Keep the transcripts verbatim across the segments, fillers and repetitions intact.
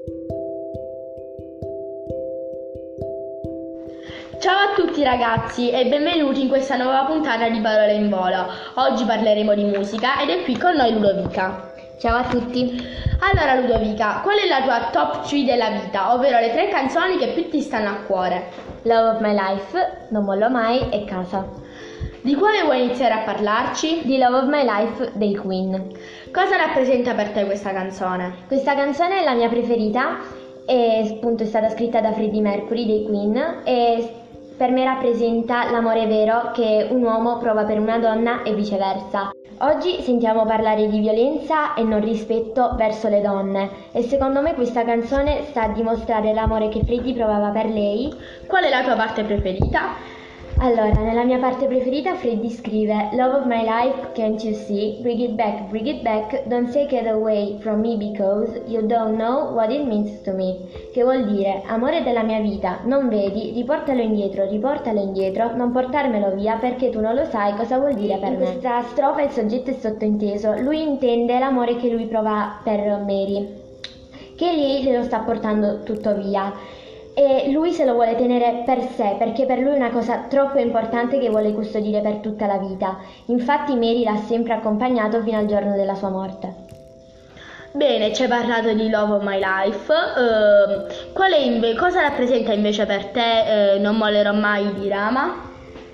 Ciao a tutti ragazzi e benvenuti in questa nuova puntata di Parole in Volo. Oggi parleremo di musica ed è qui con noi Ludovica. Ciao a tutti. Allora Ludovica, qual è la tua top tre della vita, ovvero le tre canzoni che più ti stanno a cuore? Love of My Life, Non mollo mai e Casa. Di quale vuoi iniziare a parlarci? Di Love of My Life dei Queen. Cosa rappresenta per te questa canzone? Questa canzone è la mia preferita e appunto è stata scritta da Freddie Mercury dei Queen e per me rappresenta l'amore vero che un uomo prova per una donna e viceversa. Oggi sentiamo parlare di violenza e non rispetto verso le donne e secondo me questa canzone sta a dimostrare l'amore che Freddie provava per lei. Qual è la tua parte preferita? Allora, nella mia parte preferita Freddie scrive Love of my life, can't you see? Bring it back, bring it back, don't take it away from me because you don't know what it means to me. Che vuol dire, amore della mia vita, non vedi? Riportalo indietro, riportalo indietro, non portarmelo via perché tu non lo sai cosa vuol dire per me. In questa strofa il soggetto è sottointeso, lui intende l'amore che lui prova per Mary, che lei glielo sta portando tutto via. E lui se lo vuole tenere per sé perché per lui è una cosa troppo importante che vuole custodire per tutta la vita. Infatti Mary l'ha sempre accompagnato fino al giorno della sua morte. Bene, ci hai parlato di Love of My Life. Uh, qual è inve- cosa rappresenta invece per te uh, Non mollerò mai di Rama?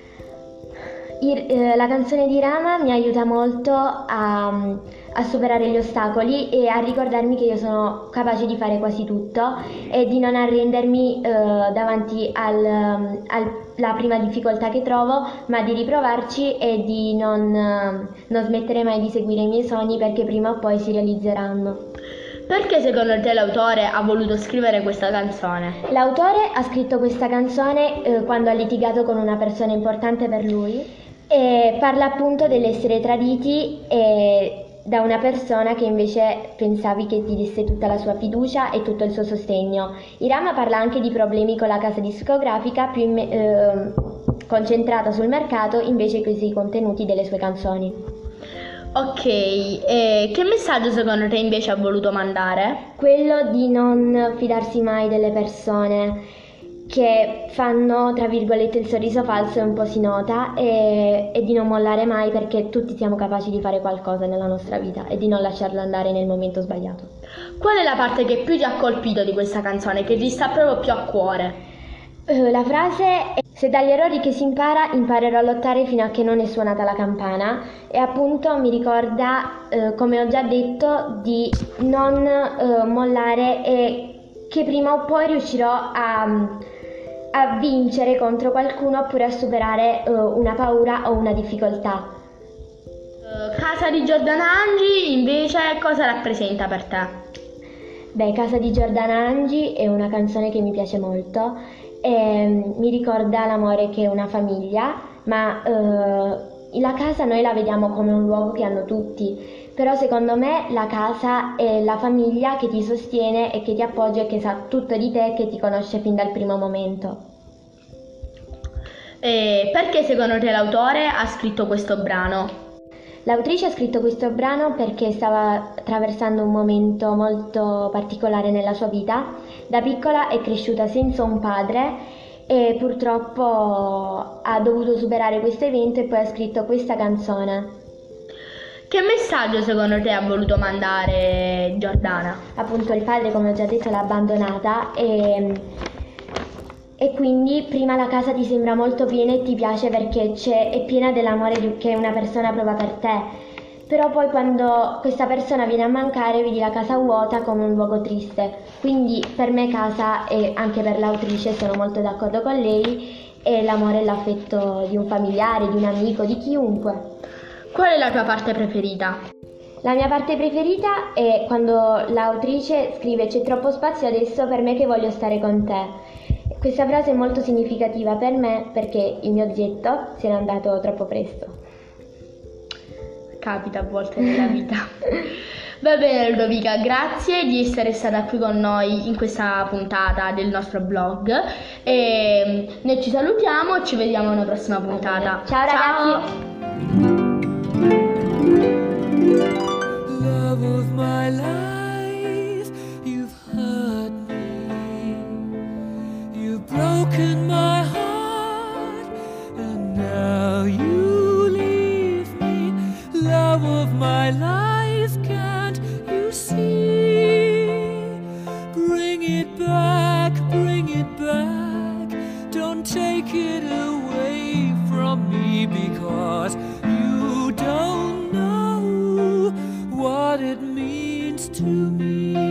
I, eh, la canzone di Rama mi aiuta molto a, a superare gli ostacoli e a ricordarmi che io sono capace di fare quasi tutto e di non arrendermi eh, davanti al, alla prima difficoltà che trovo, ma di riprovarci e di non, eh, non smettere mai di seguire i miei sogni perché prima o poi si realizzeranno. Perché secondo te l'autore ha voluto scrivere questa canzone? L'autore ha scritto questa canzone eh, quando ha litigato con una persona importante per lui e parla appunto dell'essere traditi e da una persona che invece pensavi che ti desse tutta la sua fiducia e tutto il suo sostegno. Irama parla anche di problemi con la casa discografica più imme- eh, concentrata sul mercato invece che sui contenuti delle sue canzoni. Ok, e che messaggio secondo te invece ha voluto mandare? Quello di non fidarsi mai delle persone che fanno, tra virgolette, il sorriso falso e un po' si nota e, e di non mollare mai perché tutti siamo capaci di fare qualcosa nella nostra vita e di non lasciarlo andare nel momento sbagliato. Qual è la parte che più ti ha colpito di questa canzone, che ti sta proprio più a cuore? Uh, la frase è se dagli errori che si impara imparerò a lottare fino a che non è suonata la campana e appunto mi ricorda, uh, come ho già detto, di non uh, mollare e che prima o poi riuscirò a a vincere contro qualcuno oppure a superare uh, una paura o una difficoltà. Uh, Casa di Giordana Angi invece cosa rappresenta per te? Beh, Casa di Giordana Angi è una canzone che mi piace molto e mi ricorda l'amore che è una famiglia, ma uh, la casa noi la vediamo come un luogo che hanno tutti. Però secondo me la casa è la famiglia che ti sostiene e che ti appoggia e che sa tutto di te e che ti conosce fin dal primo momento. E perché secondo te l'autore ha scritto questo brano? L'autrice ha scritto questo brano perché stava attraversando un momento molto particolare nella sua vita. Da piccola è cresciuta senza un padre e purtroppo ha dovuto superare questo evento e poi ha scritto questa canzone. Che messaggio secondo te ha voluto mandare Giordana? Appunto il padre, come ho già detto, l'ha abbandonata e, e quindi prima la casa ti sembra molto piena e ti piace perché c'è, è piena dell'amore di, che una persona prova per te. Però poi quando questa persona viene a mancare vedi la casa vuota come un luogo triste. Quindi per me casa e anche per l'autrice sono molto d'accordo con lei è l'amore e l'affetto di un familiare, di un amico, di chiunque. Qual è la tua parte preferita? La mia parte preferita è quando l'autrice scrive c'è troppo spazio adesso per me che voglio stare con te. Questa frase è molto significativa per me perché il mio oggetto se n'è andato troppo presto. Capita a volte nella vita. Va bene Ludovica, grazie di essere stata qui con noi in questa puntata del nostro blog e noi ci salutiamo e ci vediamo alla prossima puntata. Ciao ragazzi! Love of my life, you've heard my life, can't you see? Bring it back, bring it back, don't take it away from me, because you don't know what it means to me.